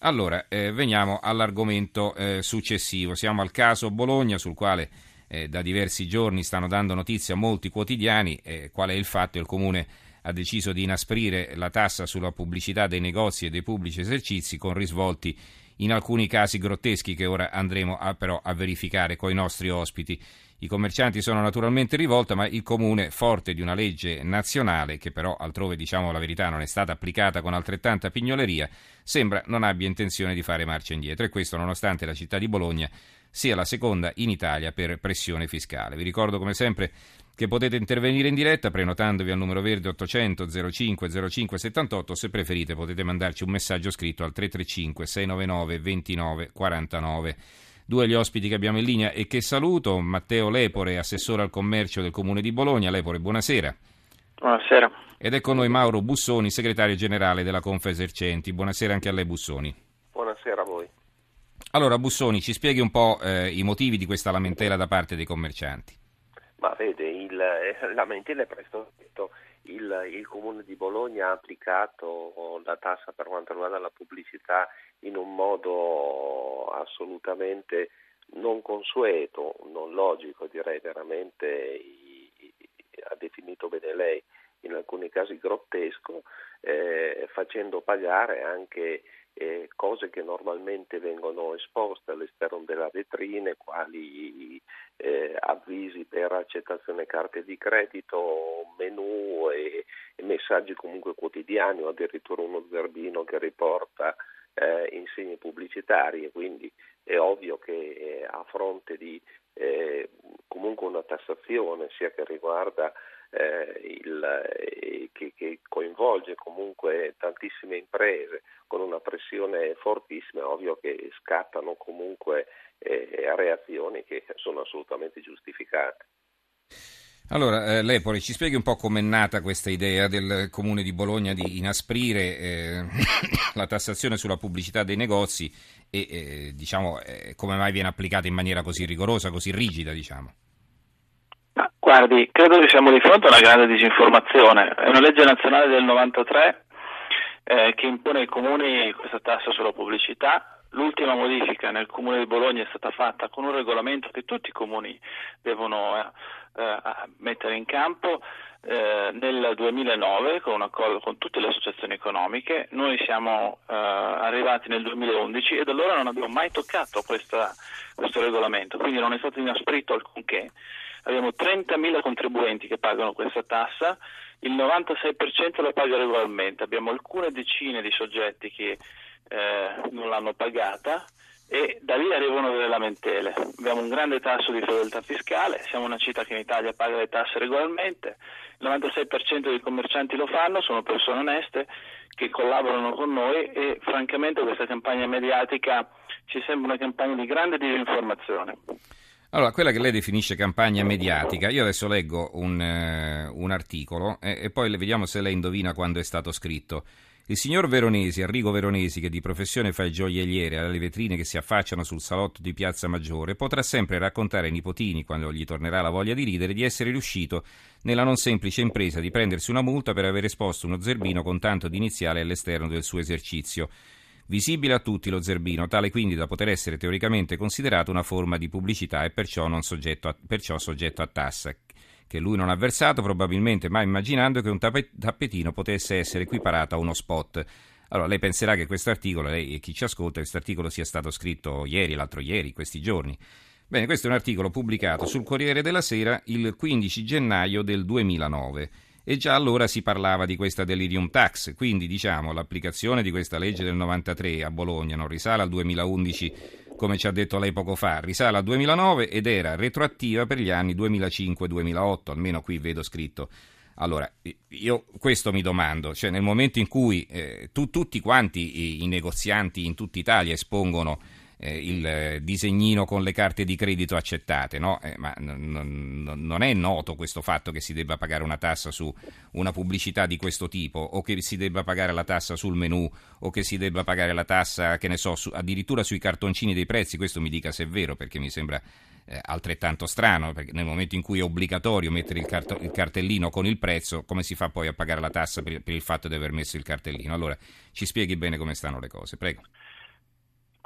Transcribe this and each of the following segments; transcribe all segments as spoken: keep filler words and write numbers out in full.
Allora, eh, veniamo all'argomento eh, successivo. Siamo al caso Bologna, sul quale eh, da diversi giorni stanno dando notizia molti quotidiani. Eh, qual è il fatto? Il Comune ha deciso di inasprire la tassa sulla pubblicità dei negozi e dei pubblici esercizi, con risvolti in alcuni casi grotteschi che ora andremo a, però a verificare con i nostri ospiti. I commercianti sono naturalmente rivolti, ma il Comune, forte di una legge nazionale che però altrove, diciamo la verità, non è stata applicata con altrettanta pignoleria, sembra non abbia intenzione di fare marcia indietro, e questo nonostante la città di Bologna sia la seconda in Italia per pressione fiscale. Vi ricordo come sempre che potete intervenire in diretta prenotandovi al numero verde ottocento zero cinque zero cinque settantotto. Se preferite potete mandarci un messaggio scritto al tre tre cinque sei nove nove due nove quattro nove. Due gli ospiti che abbiamo in linea e che saluto: Matteo Lepore, assessore al commercio del Comune di Bologna. Lepore, buonasera. Buonasera. Ed è con noi Mauro Bussoni, segretario generale della Confesercenti. Buonasera anche a lei, Bussoni. Buonasera a voi. Allora, Bussoni, ci spieghi un po' eh, i motivi di questa lamentela da parte dei commercianti. Ma vede, il, eh, lamentela è presto detto. Il, il Comune di Bologna ha applicato la tassa per quanto riguarda la pubblicità in un modo assolutamente non consueto, non logico, direi veramente, i, i, ha definito bene lei, in alcuni casi grottesco, eh, facendo pagare anche eh, cose che normalmente vengono esposte all'esterno della vetrine, quali eh, avvisi per accettazione carte di credito, menù e, e messaggi comunque quotidiani, o addirittura uno zerbino che riporta eh, insegne pubblicitarie. Quindi è ovvio che eh, a fronte di eh, comunque una tassazione sia che riguarda Eh, il, eh, che, che coinvolge comunque tantissime imprese con una pressione fortissima, è ovvio che scattano comunque eh, reazioni che sono assolutamente giustificate. Allora, eh, Lepore, ci spieghi un po' com'è nata questa idea del Comune di Bologna di inasprire eh, la tassazione sulla pubblicità dei negozi e eh, diciamo eh, come mai viene applicata in maniera così rigorosa, così rigida, diciamo. Ma, guardi, credo che siamo di fronte a una grande disinformazione. È una legge nazionale del novantatré eh, che impone ai comuni questa tassa sulla pubblicità. L'ultima modifica nel Comune di Bologna è stata fatta con un regolamento che tutti i comuni devono eh, eh, mettere in campo eh, nel duemilanove, con un accordo con tutte le associazioni economiche. Noi siamo eh, arrivati nel duemilaundici e da allora non abbiamo mai toccato questa, questo regolamento, quindi non è stato inasprito alcunché. Abbiamo trentamila contribuenti che pagano questa tassa, il novantasei per cento la paga regolarmente, abbiamo alcune decine di soggetti che eh, non l'hanno pagata e da lì arrivano delle lamentele. Abbiamo un grande tasso di fedeltà fiscale, siamo una città che in Italia paga le tasse regolarmente, il novantasei per cento dei commercianti lo fanno, sono persone oneste che collaborano con noi e francamente questa campagna mediatica ci sembra una campagna di grande disinformazione. Allora, quella che lei definisce campagna mediatica, io adesso leggo un, uh, un articolo e, e poi vediamo se lei indovina quando è stato scritto. Il signor Veronesi, Arrigo Veronesi, che di professione fa il gioielliere alle vetrine che si affacciano sul salotto di Piazza Maggiore, potrà sempre raccontare ai nipotini, quando gli tornerà la voglia di ridere, di essere riuscito nella non semplice impresa di prendersi una multa per aver esposto uno zerbino con tanto di iniziale all'esterno del suo esercizio. Visibile a tutti lo zerbino, tale quindi da poter essere teoricamente considerato una forma di pubblicità e perciò, non soggetto a, perciò soggetto a tassa, che lui non ha versato, probabilmente mai immaginando che un tappetino potesse essere equiparato a uno spot. Allora lei penserà che questo articolo, lei e chi ci ascolta, questo articolo sia stato scritto ieri, l'altro ieri, questi giorni. Bene, questo è un articolo pubblicato sul Corriere della Sera il quindici gennaio del duemilanove. E già allora si parlava di questa delirium tax, quindi diciamo l'applicazione di questa legge del novantatré a Bologna non risale al duemilaundici come ci ha detto lei poco fa, risale al duemilanove ed era retroattiva per gli anni duemilacinque duemilaotto, almeno qui vedo scritto. Allora, io questo mi domando, cioè nel momento in cui eh, tu, tutti quanti i, i negozianti in tutta Italia espongono eh, il disegnino con le carte di credito accettate, no? Eh, ma n- n- non è noto questo fatto che si debba pagare una tassa su una pubblicità di questo tipo, o che si debba pagare la tassa sul menù, o che si debba pagare la tassa, che ne so, su, addirittura sui cartoncini dei prezzi. Questo mi dica se è vero, perché mi sembra eh, altrettanto strano, perché nel momento in cui è obbligatorio mettere il, cart- il cartellino con il prezzo, come si fa poi a pagare la tassa per, per il fatto di aver messo il cartellino? Allora, ci spieghi bene come stanno le cose, prego.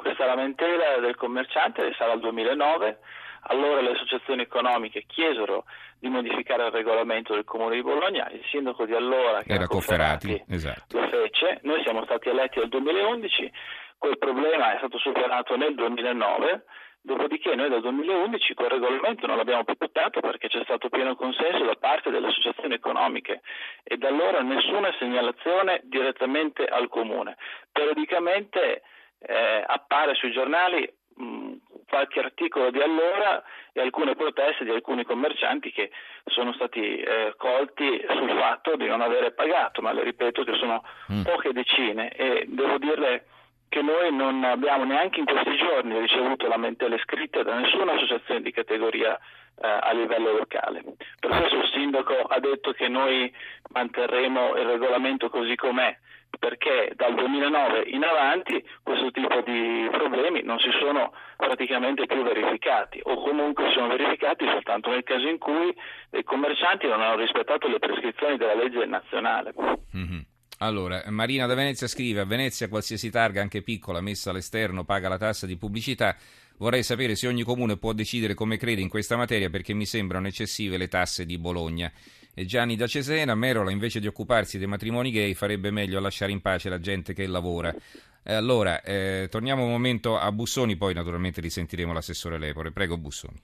questa lamentela del commerciante risale al duemilanove. Allora le associazioni economiche chiesero di modificare il regolamento del Comune di Bologna, il sindaco di allora, che era, era Cofferati, Cofferati, esatto. lo fece, noi siamo stati eletti nel duemilaundici, quel problema è stato superato nel duemilanove, dopodiché noi dal duemilaundici quel regolamento non l'abbiamo più votato perché c'è stato pieno consenso da parte delle associazioni economiche e da allora nessuna segnalazione direttamente al Comune. Periodicamente eh, appare sui giornali mh, qualche articolo di allora e alcune proteste di alcuni commercianti che sono stati eh, colti sul fatto di non avere pagato, ma le ripeto che sono mm. poche decine e devo dirle che noi non abbiamo neanche in questi giorni ricevuto lamentele scritte da nessuna associazione di categoria eh, a livello locale. Per questo il sindaco ha detto che noi manterremo il regolamento così com'è, perché dal duemilanove in avanti questo tipo di problemi non si sono praticamente più verificati o comunque si sono verificati soltanto nel caso in cui i commercianti non hanno rispettato le prescrizioni della legge nazionale. Mm-hmm. Allora, Marina da Venezia scrive: a Venezia qualsiasi targa, anche piccola, messa all'esterno paga la tassa di pubblicità. Vorrei sapere se ogni comune può decidere come crede in questa materia perché mi sembrano eccessive le tasse di Bologna. E Gianni da Cesena: Merola invece di occuparsi dei matrimoni gay farebbe meglio a lasciare in pace la gente che lavora. E allora, eh, torniamo un momento a Bussoni, poi naturalmente risentiremo l'assessore Lepore. Prego Bussoni.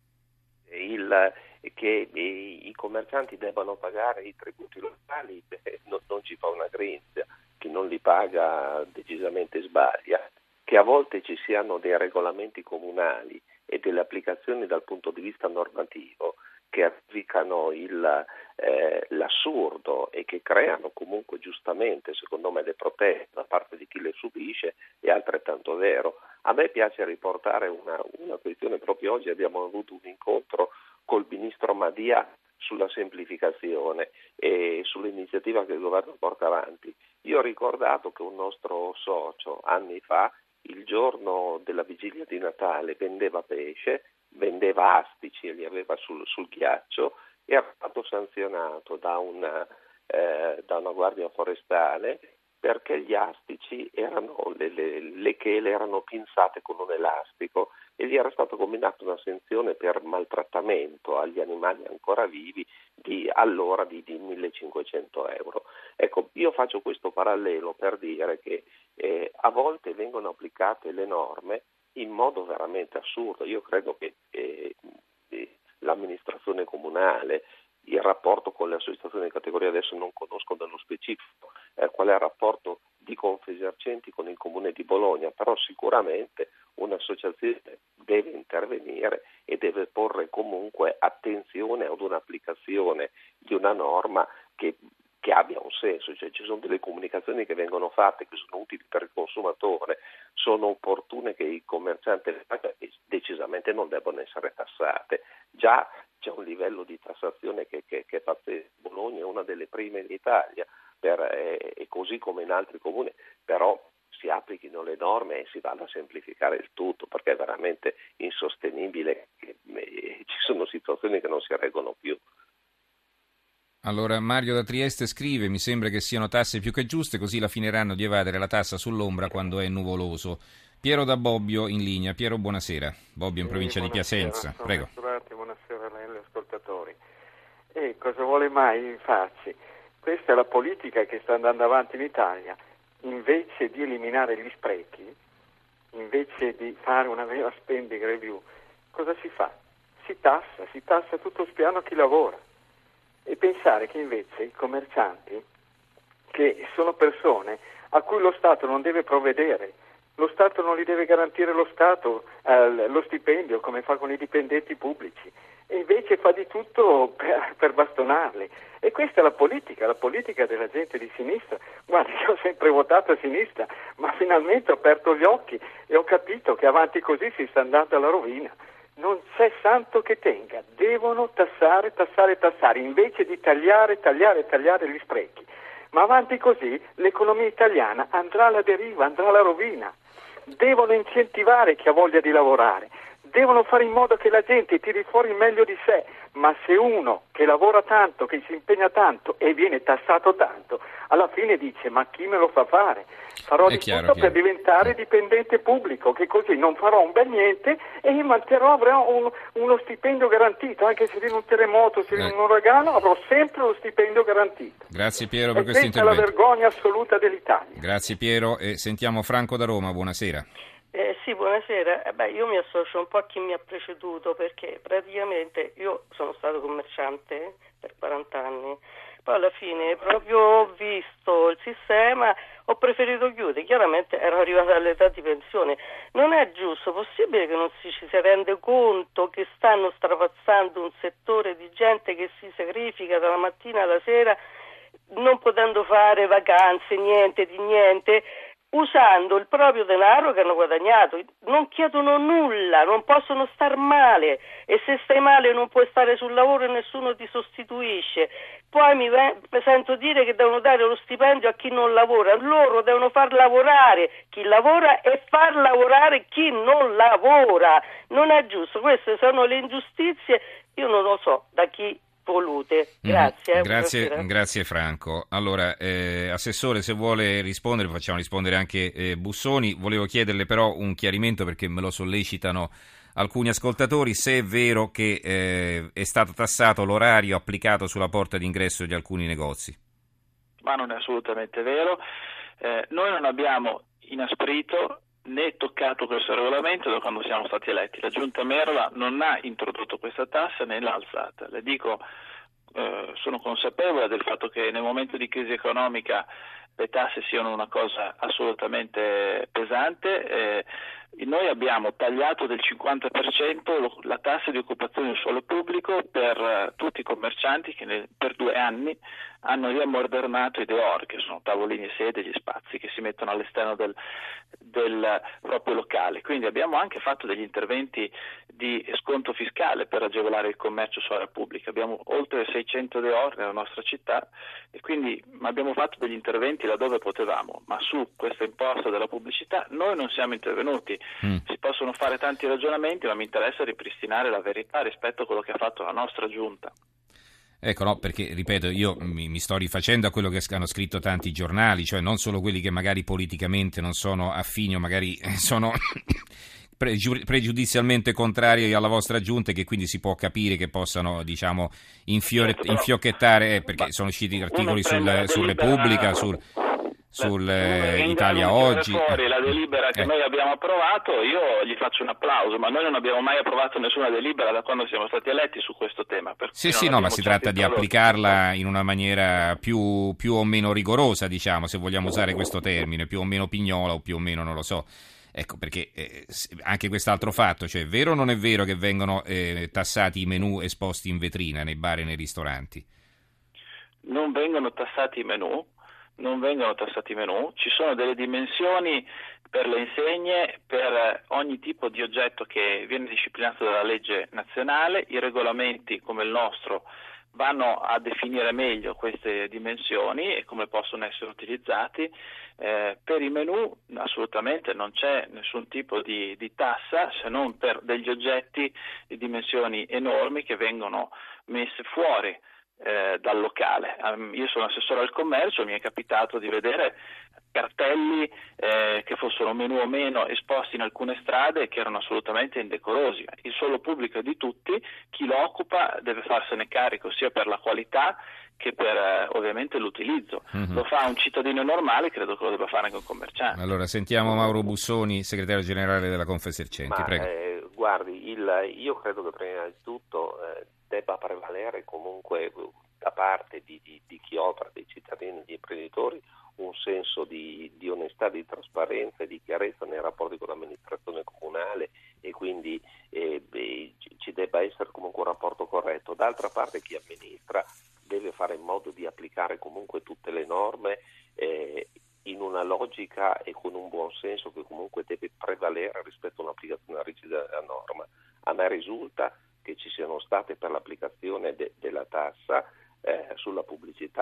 Il... che i commercianti debbano pagare i tributi locali, beh, no, non ci fa una grinza, chi non li paga decisamente sbaglia, che a volte ci siano dei regolamenti comunali e delle applicazioni dal punto di vista normativo che applicano il, eh, l'assurdo e che creano comunque giustamente, secondo me, le proteste da parte di chi le subisce è altrettanto vero. A me piace riportare una, una questione, proprio oggi abbiamo avuto un incontro col ministro Madia sulla semplificazione e sull'iniziativa che il governo porta avanti. Io ho ricordato che un nostro socio anni fa, il giorno della vigilia di Natale, vendeva pesce, vendeva astici e li aveva sul, sul ghiaccio e era stato sanzionato da una, eh, da una guardia forestale perché gli astici erano, le, le, le chele erano pinzate con un elastico e gli era stata combinata una sanzione per maltrattamento agli animali ancora vivi di allora di, di millecinquecento euro. Ecco, io faccio questo parallelo per dire che eh, a volte vengono applicate le norme in modo veramente assurdo. Io credo che eh, l'amministrazione comunale, il rapporto con le associazioni di categoria, adesso non conosco nello specifico eh, qual è il rapporto di Confesercenti con il Comune di Bologna, però sicuramente un'associazione deve intervenire e deve porre comunque attenzione ad un'applicazione di una norma che, che abbia un senso, cioè ci sono delle comunicazioni che vengono fatte che sono utili per il consumatore, sono opportune che i commercianti le pagano e decisamente non devono essere tassate. Già c'è un livello di tassazione che, che, che è pazzesco. Bologna è una delle prime in Italia per, eh, e così come in altri comuni, però si applichino le norme e si vada a semplificare il tutto, perché è veramente insostenibile che eh, ci sono situazioni che non si reggono più. Allora Mario da Trieste scrive: mi sembra che siano tasse più che giuste, così la finiranno di evadere la tassa sull'ombra quando è nuvoloso. Piero da Bobbio in linea. Piero, buonasera. Bobbio in provincia sì, di Piacenza. Prego. Buonasera a lei e agli ascoltatori. E cosa vuole mai farci? Questa è la politica che sta andando avanti in Italia. Invece di eliminare gli sprechi, invece di fare una vera spending review, cosa si fa? Si tassa, si tassa tutto spiano chi lavora. E pensare che invece i commercianti, che sono persone a cui lo Stato non deve provvedere, lo Stato non gli deve garantire lo Stato eh, lo stipendio come fa con i dipendenti pubblici, e invece fa di tutto per, per bastonarli. E questa è la politica, la politica della gente di sinistra. Guarda, io ho sempre votato a sinistra, ma finalmente ho aperto gli occhi e ho capito che avanti così si sta andando alla rovina. Non c'è santo che tenga, devono tassare, tassare, tassare, invece di tagliare, tagliare, tagliare gli sprechi. Ma avanti così l'economia italiana andrà alla deriva, andrà alla rovina. Devono incentivare chi ha voglia di lavorare, devono fare in modo che la gente tiri fuori il meglio di sé, ma se uno che lavora tanto, che si impegna tanto e viene tassato tanto, alla fine dice ma chi me lo fa fare? Farò di tutto per diventare dipendente pubblico, che così non farò un bel niente e mi manterrò, avrò un, uno stipendio garantito, anche se viene un terremoto, se viene un uragano, avrò sempre lo stipendio garantito. Grazie Piero per questo intervento. Questa è la vergogna assoluta dell'Italia. Grazie Piero, e sentiamo Franco da Roma, buonasera. Eh, sì, buonasera. Eh beh, io mi associo un po' a chi mi ha preceduto, perché praticamente io sono stato commerciante per quaranta anni, poi alla fine proprio ho visto il sistema, ho preferito chiudere, chiaramente ero arrivata all'età di pensione. Non è giusto, possibile che non si ci si rende conto che stanno strapazzando un settore di gente che si sacrifica dalla mattina alla sera, non potendo fare vacanze, niente di niente, usando il proprio denaro che hanno guadagnato. Non chiedono nulla, non possono star male, e se stai male non puoi stare sul lavoro e nessuno ti sostituisce. Poi mi, ve- mi sento dire che devono dare lo stipendio a chi non lavora. Loro devono far lavorare chi lavora e far lavorare chi non lavora. Non è giusto, queste sono le ingiustizie, io non lo so da chi volute. Grazie. Mm, grazie, grazie Franco. Allora, eh, Assessore, se vuole rispondere, facciamo rispondere anche eh, Bussoni. Volevo chiederle però un chiarimento, perché me lo sollecitano alcuni ascoltatori, se è vero che eh, è stato tassato l'orario applicato sulla porta d'ingresso di alcuni negozi. Ma non è assolutamente vero. Eh, noi non abbiamo inasprito né toccato questo regolamento da quando siamo stati eletti. La Giunta Merola non ha introdotto questa tassa né l'ha alzata. Le dico, eh, sono consapevole del fatto che nel momento di crisi economica le tasse siano una cosa assolutamente pesante. Eh, noi abbiamo tagliato del cinquanta per cento lo, la tassa di occupazione del suolo pubblico per uh, tutti i commercianti che nel, per due anni hanno riammodernato i deor, che sono tavolini e sedie, gli spazi che si mettono all'esterno del, del proprio locale. Quindi abbiamo anche fatto degli interventi di sconto fiscale per agevolare il commercio su area pubblica. Abbiamo oltre seicento deor nella nostra città e quindi abbiamo fatto degli interventi laddove potevamo, ma su questa imposta della pubblicità noi non siamo intervenuti. Mm. Si possono fare tanti ragionamenti, ma mi interessa ripristinare la verità rispetto a quello che ha fatto la nostra giunta. Ecco, no, perché, ripeto, io mi, mi sto rifacendo a quello che hanno scritto tanti giornali, cioè non solo quelli che magari politicamente non sono affini o magari sono pregiu- pregiudizialmente contrari alla vostra giunta, e che quindi si può capire che possano, diciamo, infiore- certo, infiocchettare, eh, perché sono usciti articoli sul, su Repubblica, sul... sul eh, Italia Oggi. Fuori la delibera che eh. noi abbiamo approvato, io gli faccio un applauso, ma noi non abbiamo mai approvato nessuna delibera da quando siamo stati eletti su questo tema. Per sì, sì, no, ma si tratta di applicarla in una maniera più, più o meno rigorosa, diciamo, se vogliamo usare questo termine, più o meno pignola o più o meno, non lo so. Ecco, perché eh, anche quest'altro fatto, cioè è vero o non è vero che vengono eh, tassati i menù esposti in vetrina nei bar e nei ristoranti? Non vengono tassati i menù. Non vengono tassati i menù, ci sono delle dimensioni per le insegne, per ogni tipo di oggetto che viene disciplinato dalla legge nazionale. I regolamenti come il nostro vanno a definire meglio queste dimensioni e come possono essere utilizzati. Eh, per i menù assolutamente non c'è nessun tipo di, di tassa, se non per degli oggetti di dimensioni enormi che vengono messe fuori Eh, dal locale. Um, io sono assessore al commercio, mi è capitato di vedere cartelli eh, che fossero menù o meno esposti in alcune strade che erano assolutamente indecorosi. Il suolo pubblico è di tutti, chi lo occupa deve farsene carico sia per la qualità che per eh, ovviamente l'utilizzo. Mm-hmm. Lo fa un cittadino normale, credo che lo debba fare anche un commerciante. Allora sentiamo Mauro Bussoni, segretario generale della Confesercenti. Ma, Prego. Eh, guardi, il, io credo che prima di tutto eh, debba prevalere comunque da parte di, di, di chi opera, dei cittadini e degli imprenditori, un senso di, di onestà, di trasparenza e di chiarezza nei rapporti con l'amministrazione comunale, e quindi eh, beh, ci debba essere comunque un rapporto corretto. D'altra parte chi amministra deve fare in modo di applicare comunque tutte le norme eh, in una logica e con un buon senso che comunque deve prevalere rispetto a un'applicazione rigida della norma. A me risulta che ci siano state per l'applicazione de- della tassa eh, sulla pubblicità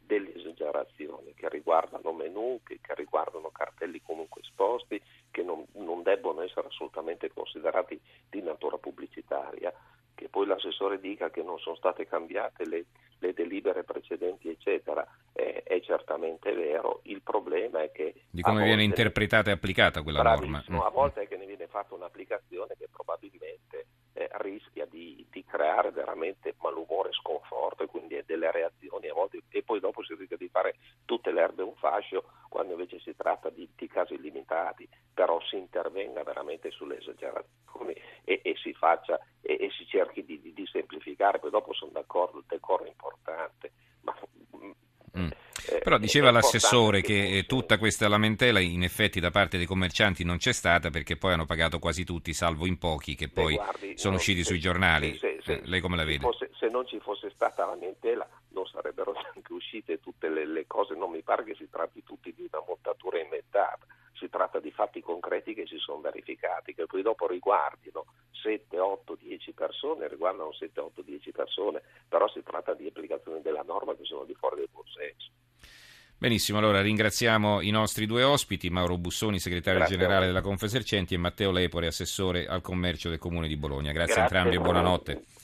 delle esagerazioni che riguardano menù, che, che riguardano cartelli comunque esposti, che non, non debbono essere assolutamente considerati di natura pubblicitaria. Che poi l'assessore dica che non sono state cambiate le, le delibere precedenti, eccetera, eh, è certamente vero. Il problema è che di come viene interpretata e applicata quella norma. A volte è che ne viene fatta un'applicazione che probabilmente eh, rischia di, di creare veramente malumore, sconforto e quindi delle reazioni a volte, e poi dopo si rischia di fare tutte le erbe un fascio, quando invece si tratta di, di casi limitati. Però si intervenga veramente sulle esagerazioni e, e si faccia e, e si cerchi di, di, di semplificare. Poi dopo sono d'accordo, il decoro è importante, ma mm. eh, Però diceva l'assessore che, che tutta questa lamentela in effetti da parte dei commercianti non c'è stata, perché poi hanno pagato quasi tutti, salvo in pochi che poi guardi, sono usciti se, sui giornali. Se, se, eh, lei come la vede? Fosse, se non ci fosse stata lamentela non sarebbero neanche uscite tutte le, le cose. Non mi pare che si tratti tutti di una montatura inventata. Si tratta di fatti concreti che si sono verificati, che poi dopo riguardino sette, otto, dieci persone, riguardano sette, otto, dieci persone, però si tratta di applicazioni della norma che sono di fuori del buon senso. Benissimo, allora ringraziamo i nostri due ospiti, Mauro Bussoni, segretario Grazie generale della Confesercenti, e Matteo Lepore, assessore al commercio del Comune di Bologna. Grazie, Grazie a entrambi e buonanotte.